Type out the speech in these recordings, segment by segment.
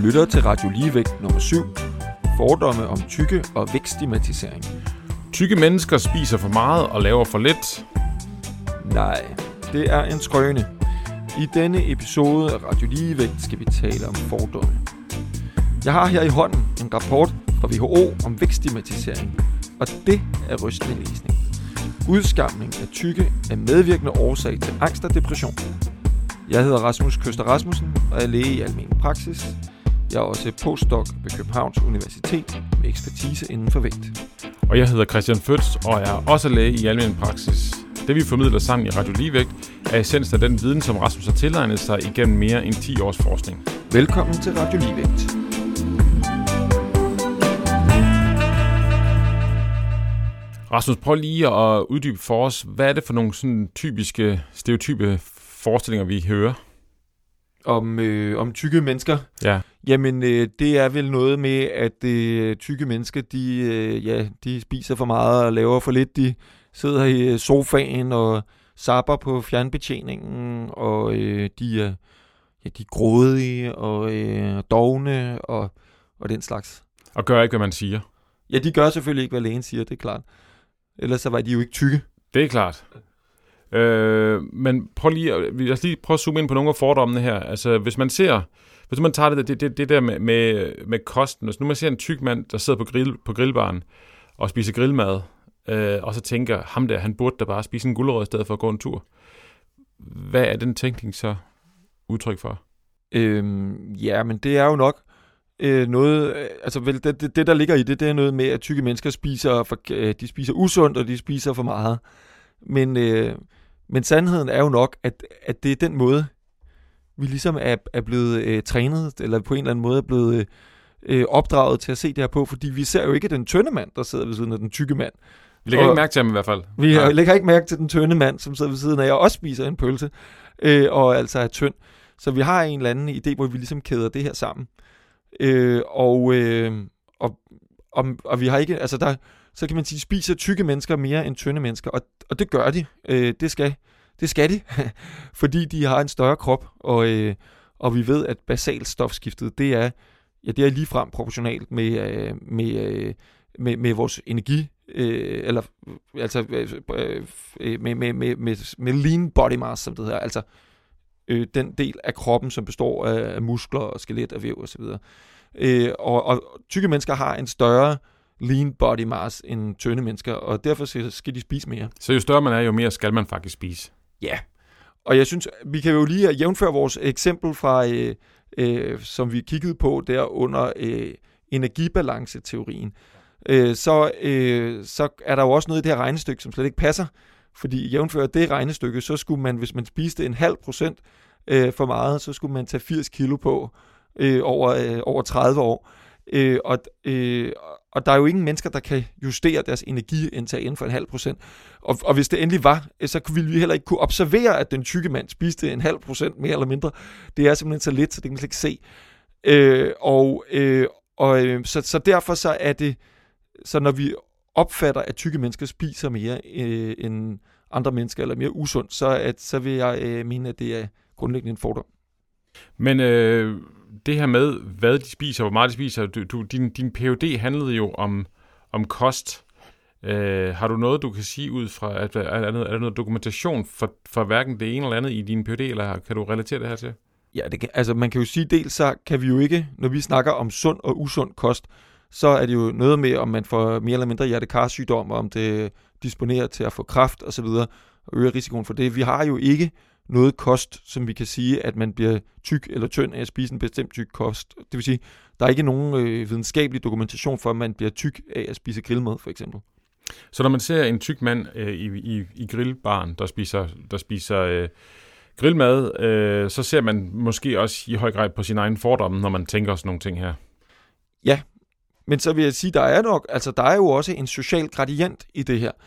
lytter til Radio Ligevægt nummer 7. Fordomme om tykke og vækststigmatisering. Tykke mennesker spiser for meget og laver for lidt. Nej, det er en skrøne. I denne episode af Radio Ligevægt skal vi tale om fordomme. Jeg har her i hånden en rapport fra WHO om vækststigmatisering, og det er rystende læsning. Udskamning af tykke er medvirkende årsag til angst og depression. Jeg hedder Rasmus Køster Rasmussen og er læge i almen praksis. Jeg er også postdoc ved Københavns Universitet med ekspertise inden for vægt. Og jeg hedder Christian Føtz og er også læge i almen praksis. Det vi formidler sammen i Radio Ligevægt er essensen af den viden, som Rasmus har tilegnet sig igennem mere end 10 års forskning. Velkommen til Radio Ligevægt. Rasmus, prøv lige at uddybe for os, hvad er det for nogle sådan typiske, stereotype forestillinger, vi hører? Om tykke mennesker? Ja. Jamen, det er vel noget med, at tykke mennesker, de spiser for meget og laver for lidt. De sidder i sofaen og zapper på fjernbetjeningen, og de er grådige og dovne og den slags. Og gør ikke, hvad man siger? Ja, de gør selvfølgelig ikke, hvad lægen siger, det er klart. Ellers så var de jo ikke tykke. Det er klart. Men lad os lige prøve at zoome ind på nogle af fordommene her. Altså, hvis man tager det der med kosten, hvis nu man ser en tyk mand, der sidder på grillbaren og spiser grillmad, og så tænker, ham der, han burde da bare spise en gulerod i stedet for at gå en tur. Hvad er den tænkning så udtryk for? Ja, men det er jo nok noget, altså vel, det der ligger i det er noget med, at tykke mennesker spiser usundt, og de spiser for meget. Men sandheden er jo nok, at det er den måde, vi ligesom er blevet trænet, eller på en eller anden måde er blevet opdraget til at se det her på, fordi vi ser jo ikke den tynde mand, der sidder ved siden af den tykke mand. Vi lægger ikke mærke til ham i hvert fald. Vi lægger ikke mærke til den tynde mand, som sidder ved siden af og også spiser en pølse, og altså er tynd. Så vi har en eller anden idé, hvor vi ligesom kæder det her sammen. Og vi har ikke, altså så kan man sige, spiser tykke mennesker mere end tynde mennesker, og det gør de. Det skal de, fordi de har en større krop, og vi ved, at basalstofskiftet, det er ligefrem proportionalt med vores energi, med lean body mass, som det hedder, altså den del af kroppen, som består af muskler og skelet og væv osv. Og tykke mennesker har en større lean body mass end tynde mennesker, og derfor skal de spise mere. Så jo større man er, jo mere skal man faktisk spise. Ja, og jeg synes, vi kan jo lige jævnføre vores eksempel fra, som vi kiggede på der under energibalanceteorien. Så er der jo også noget i det her regnestykke, som slet ikke passer, fordi jævnfør det regnestykke, så skulle man, hvis man spiste 0,5% for meget, så skulle man tage 80 kilo på over 30 år. Og der er jo ingen mennesker, der kan justere deres energiindtag inden for 0,5%. Og hvis det endelig var, så ville vi heller ikke kunne observere, at den tykke mand spiste 0,5% mere eller mindre. Det er simpelthen så lidt, så det kan man slet ikke se. Så derfor så er det, så når vi opfatter, at tykke mennesker spiser mere end andre mennesker, eller mere usundt, så vil jeg mene, at det er grundlæggende en fordom. Men det her med, hvad de spiser, hvor meget de spiser, din Ph.D. handlede jo om kost. Har du noget, du kan sige ud fra, er der noget dokumentation for hverken det ene eller andet i din Ph.D., eller kan du relatere det her til? Ja, altså man kan jo sige, dels så kan vi jo ikke, når vi snakker om sund og usund kost, så er det jo noget med, om man får mere eller mindre hjertekarsygdom, om det disponerer til at få kræft osv., og øger risikoen for det. Vi har jo ikke noget kost, som vi kan sige, at man bliver tyk eller tynd af at spise en bestemt tyk kost. Det vil sige, der er ikke nogen videnskabelig dokumentation for, at man bliver tyk af at spise grillmad, for eksempel. Så når man ser en tyk mand i grillbaren, der spiser grillmad, så ser man måske også i høj grad på sin egen fordomme, når man tænker sådan nogle ting her. Ja. Men så vil jeg sige, der er jo også en social gradient i det her,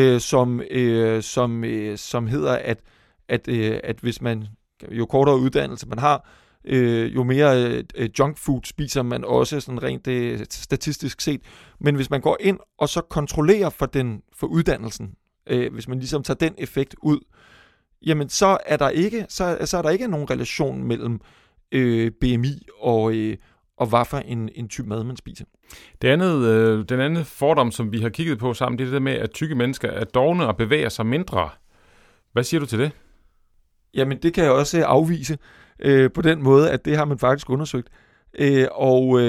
som hedder, at hvis man, jo kortere uddannelse man har, jo mere junk food spiser man også, sådan rent statistisk set. Men hvis man går ind og så kontrollerer for uddannelsen, hvis man ligesom tager den effekt ud, jamen så er der ikke nogen relation mellem BMI og hvad for en type mad, man spiser. Den anden fordom, som vi har kigget på sammen, det er det der med, at tykke mennesker er dovne og bevæger sig mindre. Hvad siger du til det? Jamen, det kan jeg også afvise på den måde, at det har man faktisk undersøgt. Og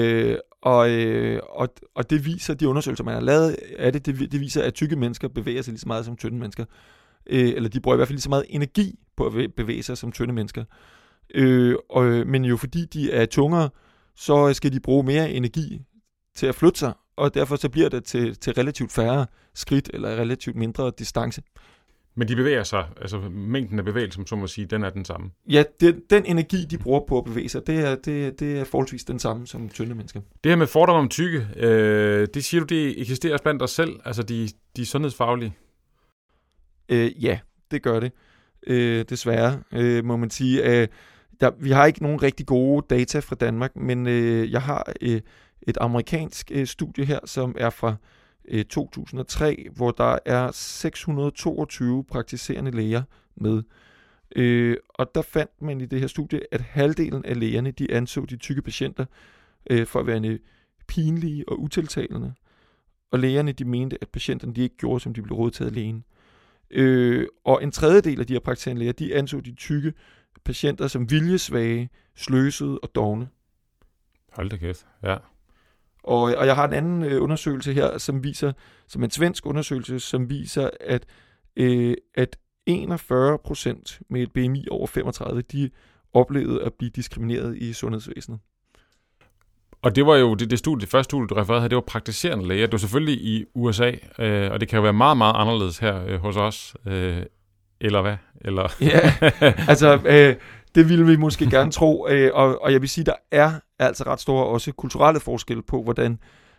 det viser, de undersøgelser, man har lavet af det viser, at tykke mennesker bevæger sig lige så meget som tynde mennesker. Eller de bruger i hvert fald lige så meget energi på at bevæge sig som tynde mennesker. Men jo fordi de er tungere, så skal de bruge mere energi til at flytte sig, og derfor så bliver det til relativt færre skridt, eller relativt mindre distance. Men de bevæger sig, altså mængden af bevægelse, som så må sige, den er den samme? Ja, den energi, de bruger på at bevæge sig, det er forholdsvis den samme som tynde mennesker. Det her med fordomme om tykke, det siger du, det eksisterer blandt os selv, altså de sundhedsfaglige? Ja, det gør det. Desværre, må man sige. Vi har ikke nogen rigtig gode data fra Danmark, men jeg har et amerikansk studie her, som er fra 2003, hvor der er 622 praktiserende læger med. Og der fandt man i det her studie, at halvdelen af lægerne, de anså de tykke patienter for at være pinlige og utiltalende. Og lægerne, de mente, at patienterne de ikke gjorde, som de blev rådtaget af lægen. Og en tredjedel af de her praktiserende læger, de anså de tykke patienter som viljesvage, sløsede og dovne. Hold da kæft, ja. Og jeg har en anden undersøgelse her, som en svensk undersøgelse, som viser, at 41% med et BMI over 35, de oplevede at blive diskrimineret i sundhedsvæsenet. Og det var jo det første studie, du refererede her, det var praktiserende læger. Det var selvfølgelig i USA, og det kan jo være meget, meget anderledes her hos os. Eller hvad? Eller? Ja, altså det ville vi måske gerne tro, og jeg vil sige, der er altså ret store også kulturelle forskelle på, hvordan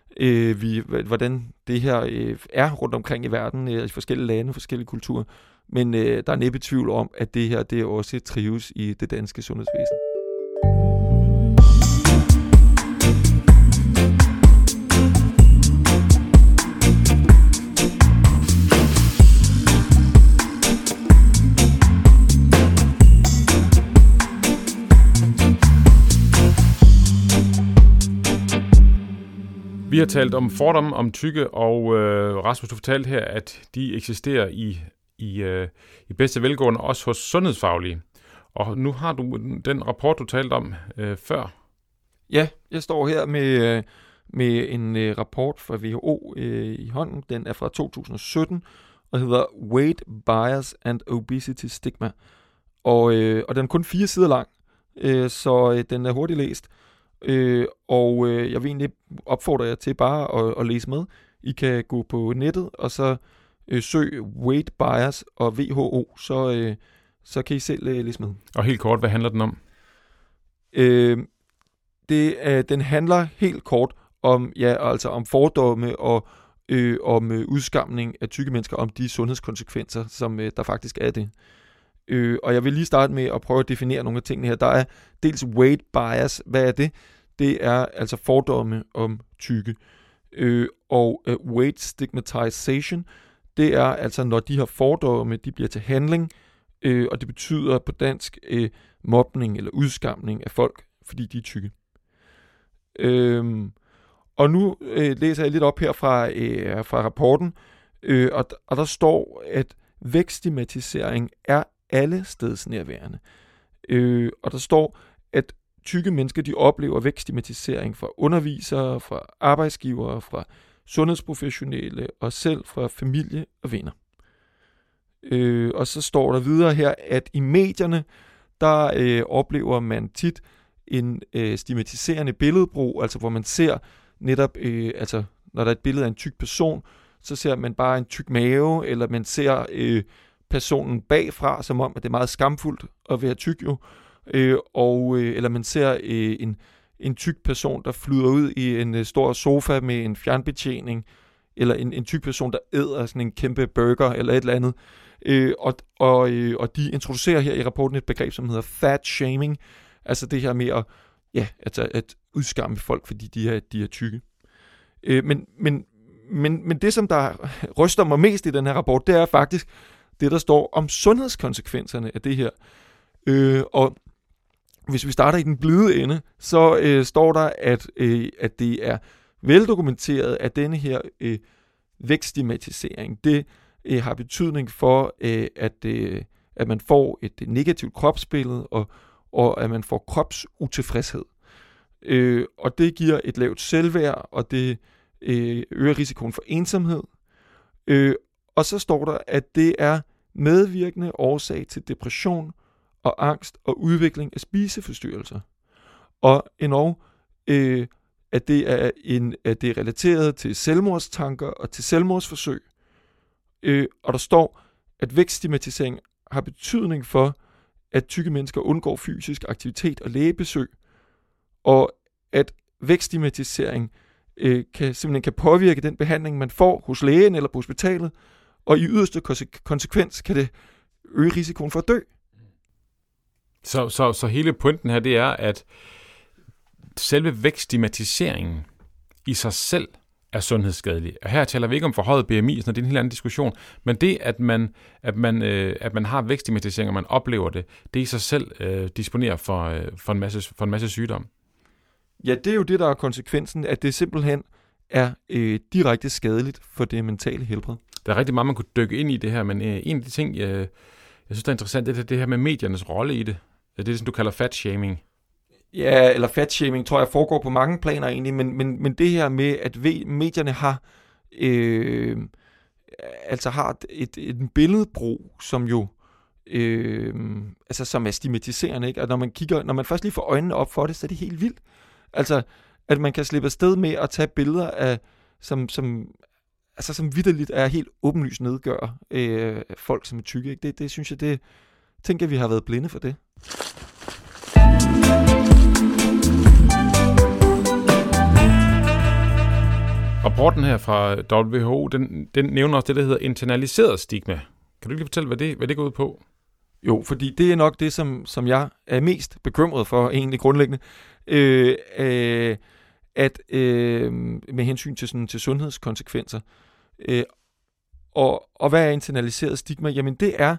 det her er rundt omkring i verden, i forskellige lande, forskellige kulturer. Men der er næppe tvivl om, at det her det også trives i det danske sundhedsvæsen. Vi har talt om fordomme om tykke, og Rasmus, du fortalte her, at de eksisterer i bedste velgående også hos sundhedsfaglige. Og nu har du den rapport, du talte om før. Ja, jeg står her med en rapport fra WHO i hånden. Den er fra 2017 og hedder Weight Bias and Obesity Stigma. Og den er kun 4 sider lang, så den er hurtigt læst. Og jeg vil egentlig opfordre jer til bare at læse med. I kan gå på nettet og så søg Weight Bias og WHO, så kan I selv læse med. Og helt kort, hvad handler den om? Den handler helt kort om om fordomme og om udskamning af tykke mennesker, om de sundhedskonsekvenser, som der faktisk er det. Og jeg vil lige starte med at prøve at definere nogle af tingene her. Der er dels weight bias. Hvad er det? Det er altså fordomme om tykke. Og weight stigmatization, det er altså, når de her fordomme, de bliver til handling, og det betyder på dansk mobning eller udskamning af folk, fordi de er tykke. Og nu læser jeg lidt op her fra rapporten, og der står, at vækststigmatisering er alle stedsnærværende. Og der står, at tykke mennesker, de oplever vækststigmatisering fra undervisere, fra arbejdsgivere, fra sundhedsprofessionelle og selv fra familie og venner. Og så står der videre her, at i medierne, der oplever man tit en stigmatiserende billedbrug, altså hvor man ser netop, når der er et billede af en tyk person, så ser man bare en tyk mave, eller man ser personen bagfra, som om at det er meget skamfuldt at være tyk jo, eller man ser en tyk person, der flyder ud i en stor sofa med en fjernbetjening, eller en tyk person, der æder sådan en kæmpe burger, eller et eller andet. Og de introducerer her i rapporten et begreb, som hedder fat shaming, altså det her med at udskamme folk, fordi de er tykke. Men det, som der ryster mig mest i den her rapport, det er faktisk det, der står om sundhedskonsekvenserne af det her. Og hvis vi starter i den blide ende, så står der, at det er veldokumenteret, at denne her vækststigmatisering, det har betydning for, at man får et negativt kropsbillede, og at man får kropsutilfredshed. Og det giver et lavt selvværd, og det øger risikoen for ensomhed. Og så står der, at det er medvirkende årsag til depression og angst og udvikling af spiseforstyrrelser. Og endog, at det er relateret til selvmordstanker og til selvmordsforsøg. Og der står, at vækststigmatisering har betydning for, at tykke mennesker undgår fysisk aktivitet og lægebesøg, og at vækststigmatisering simpelthen kan påvirke den behandling, man får hos lægen eller på hospitalet, og i yderste konsekvens kan det øge risikoen for at dø. Så hele pointen her, det er, at selve vækststigmatiseringen i sig selv er sundhedsskadelig. Og her taler vi ikke om forhøjet BMI, så det er en helt anden diskussion, men det, at man har vækststigmatisering, og man oplever det, det i sig selv disponerer for en masse sygdom. Ja, det er jo det, der er konsekvensen, at det simpelthen er direkte skadeligt for det mentale helbred. Der er rigtig meget, man kunne dykke ind i det her, men en af de ting, jeg synes, der er interessant, det er det her med mediernes rolle i det. Det er det, som du kalder fatshaming. Ja, eller fatshaming, tror jeg, foregår på mange planer egentlig, men det her med, at medierne har har et billedbrug, som jo som er stigmatiserende, ikke? Og når man først lige får øjnene op for det, så er det helt vildt. Altså, at man kan slippe afsted med at tage billeder af, som vitterligt er helt åbenlyst nedgør folk, som er tykke, ikke? Det synes jeg, tænker vi har været blinde for det. Rapporten her fra WHO, den nævner også det, der hedder internaliseret stigma. Kan du lige fortælle, hvad det går ud på? Jo, fordi det er nok det, som jeg er mest bekymret for, egentlig grundlæggende, med hensyn til sundhedskonsekvenser. Og hvad er internaliseret stigma? Jamen det er,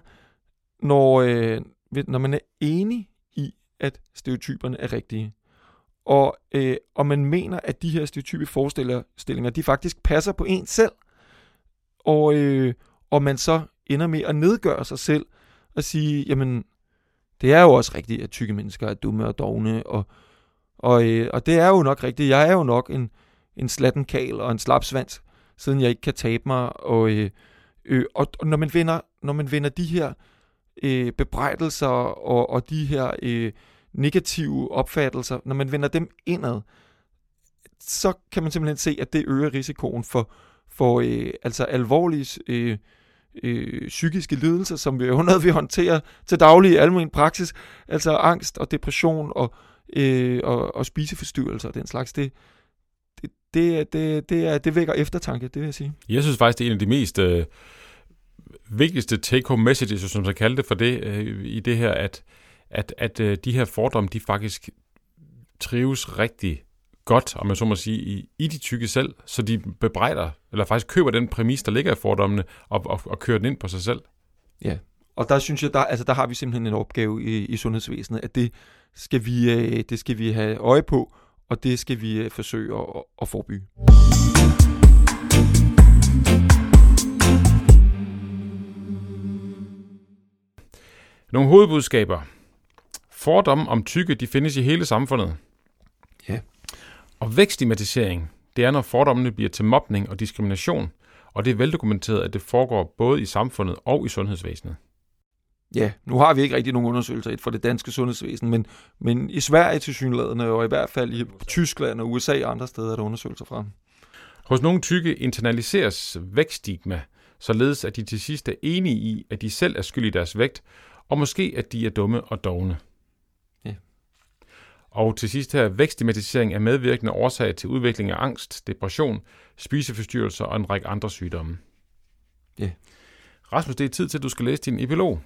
når man er enig i, at stereotyperne er rigtige. Og man mener, at de her stereotype forestillinger, de faktisk passer på en selv. Og man så ender med at nedgøre sig selv og sige, jamen, det er jo også rigtigt, at tykke mennesker er dumme og dovne, og det er jo nok rigtigt. Jeg er jo nok en slatten kal og en slapsvans, siden jeg ikke kan tabe mig. Og når man vender de her bebrejdelser og de her negative opfattelser, når man vender dem indad, så kan man simpelthen se, at det øger risikoen for alvorlige psykiske lidelser, som vi håndterer til daglig i almen praksis, altså angst og depression og spiseforstyrrelser og den slags. Det vækker eftertanke, det vil jeg sige. Jeg synes faktisk, det er en af de mest vigtigste take-home messages, som man kalder det for det, i det her, at de her fordomme, de faktisk trives rigtig godt, om man så må sige, i de tykke selv, så de bebrejder, eller faktisk køber den præmis, der ligger i fordommene, og kører den ind på sig selv. Ja, og der synes jeg, der har vi simpelthen en opgave i sundhedsvæsenet, at det skal vi have øje på, og det skal vi forsøge at forebygge. Nogle hovedbudskaber. Fordomme om tykke, de findes i hele samfundet. Ja. Og vækststigmatisering, det er, når fordommene bliver til mobning og diskrimination, og det er veldokumenteret, at det foregår både i samfundet og i sundhedsvæsenet. Ja, nu har vi ikke rigtig nogen undersøgelser for det danske sundhedsvæsen, men i Sverige tilsyneladende, og i hvert fald i Tyskland og USA og andre steder er der undersøgelser fra. Hos nogle tykke internaliseres vækststigma, således at de til sidst er enige i, at de selv er skyld i deres vægt, og måske at de er dumme og dovne. Ja. Og til sidst her, vækststigmatisering er medvirkende årsag til udvikling af angst, depression, spiseforstyrrelser og en række andre sygdomme. Ja. Rasmus, det er tid til, at du skal læse din epilog.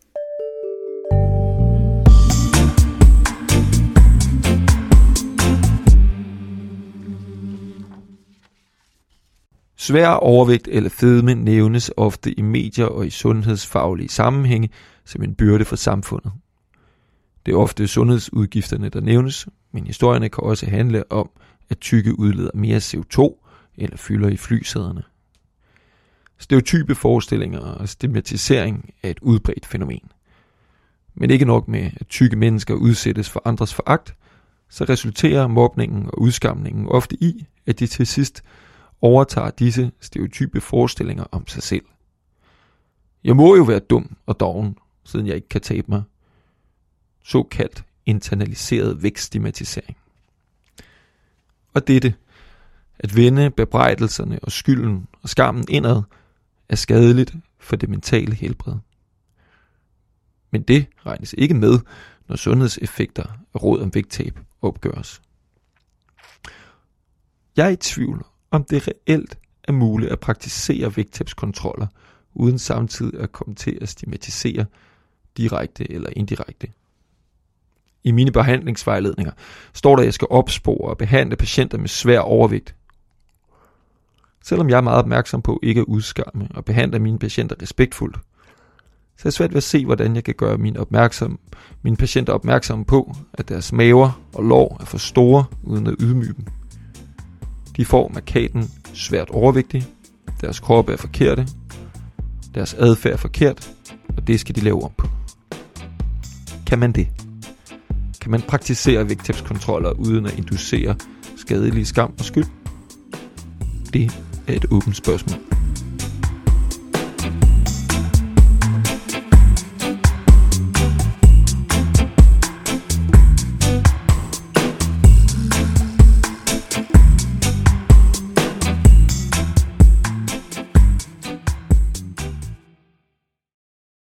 Svær overvægt eller fedme nævnes ofte i medier og i sundhedsfaglige sammenhænge som en byrde for samfundet. Det er ofte sundhedsudgifterne, der nævnes, men historierne kan også handle om, at tykke udleder mere CO2 eller fylder i flysæderne. Stereotype forestillinger og stigmatisering er et udbredt fænomen. Men ikke nok med, at tykke mennesker udsættes for andres foragt, så resulterer mobningen og udskamningen ofte i, at de til sidst overtager disse stereotype forestillinger om sig selv. Jeg må jo være dum og doven, siden jeg ikke kan tabe mig. Såkaldt internaliseret vækststigmatisering. Og dette, at vende bebrejdelserne og skylden og skammen indad, er skadeligt for det mentale helbred. Men det regnes ikke med, når sundhedseffekter af råd om vægttab opgøres. Jeg er i tvivl, om det reelt er muligt at praktisere vægttabskontroller, uden samtidig at komme til at stigmatisere direkte eller indirekte. I mine behandlingsvejledninger står der, at jeg skal opspore og behandle patienter med svær overvægt. Selvom jeg er meget opmærksom på ikke at udskamme og behandle mine patienter respektfuldt, så er det svært ved at se, hvordan jeg kan gøre mine patienter opmærksomme på, at deres maver og lår er for store, uden at ydmyge dem. De får markaten svært overvægtige, deres kroppe er forkerte, deres adfærd er forkert, og det skal de lave om på. Kan man det? Kan man praktisere vægttabskontroller uden at inducere skadelig skam og skyld? Det er et åbent spørgsmål.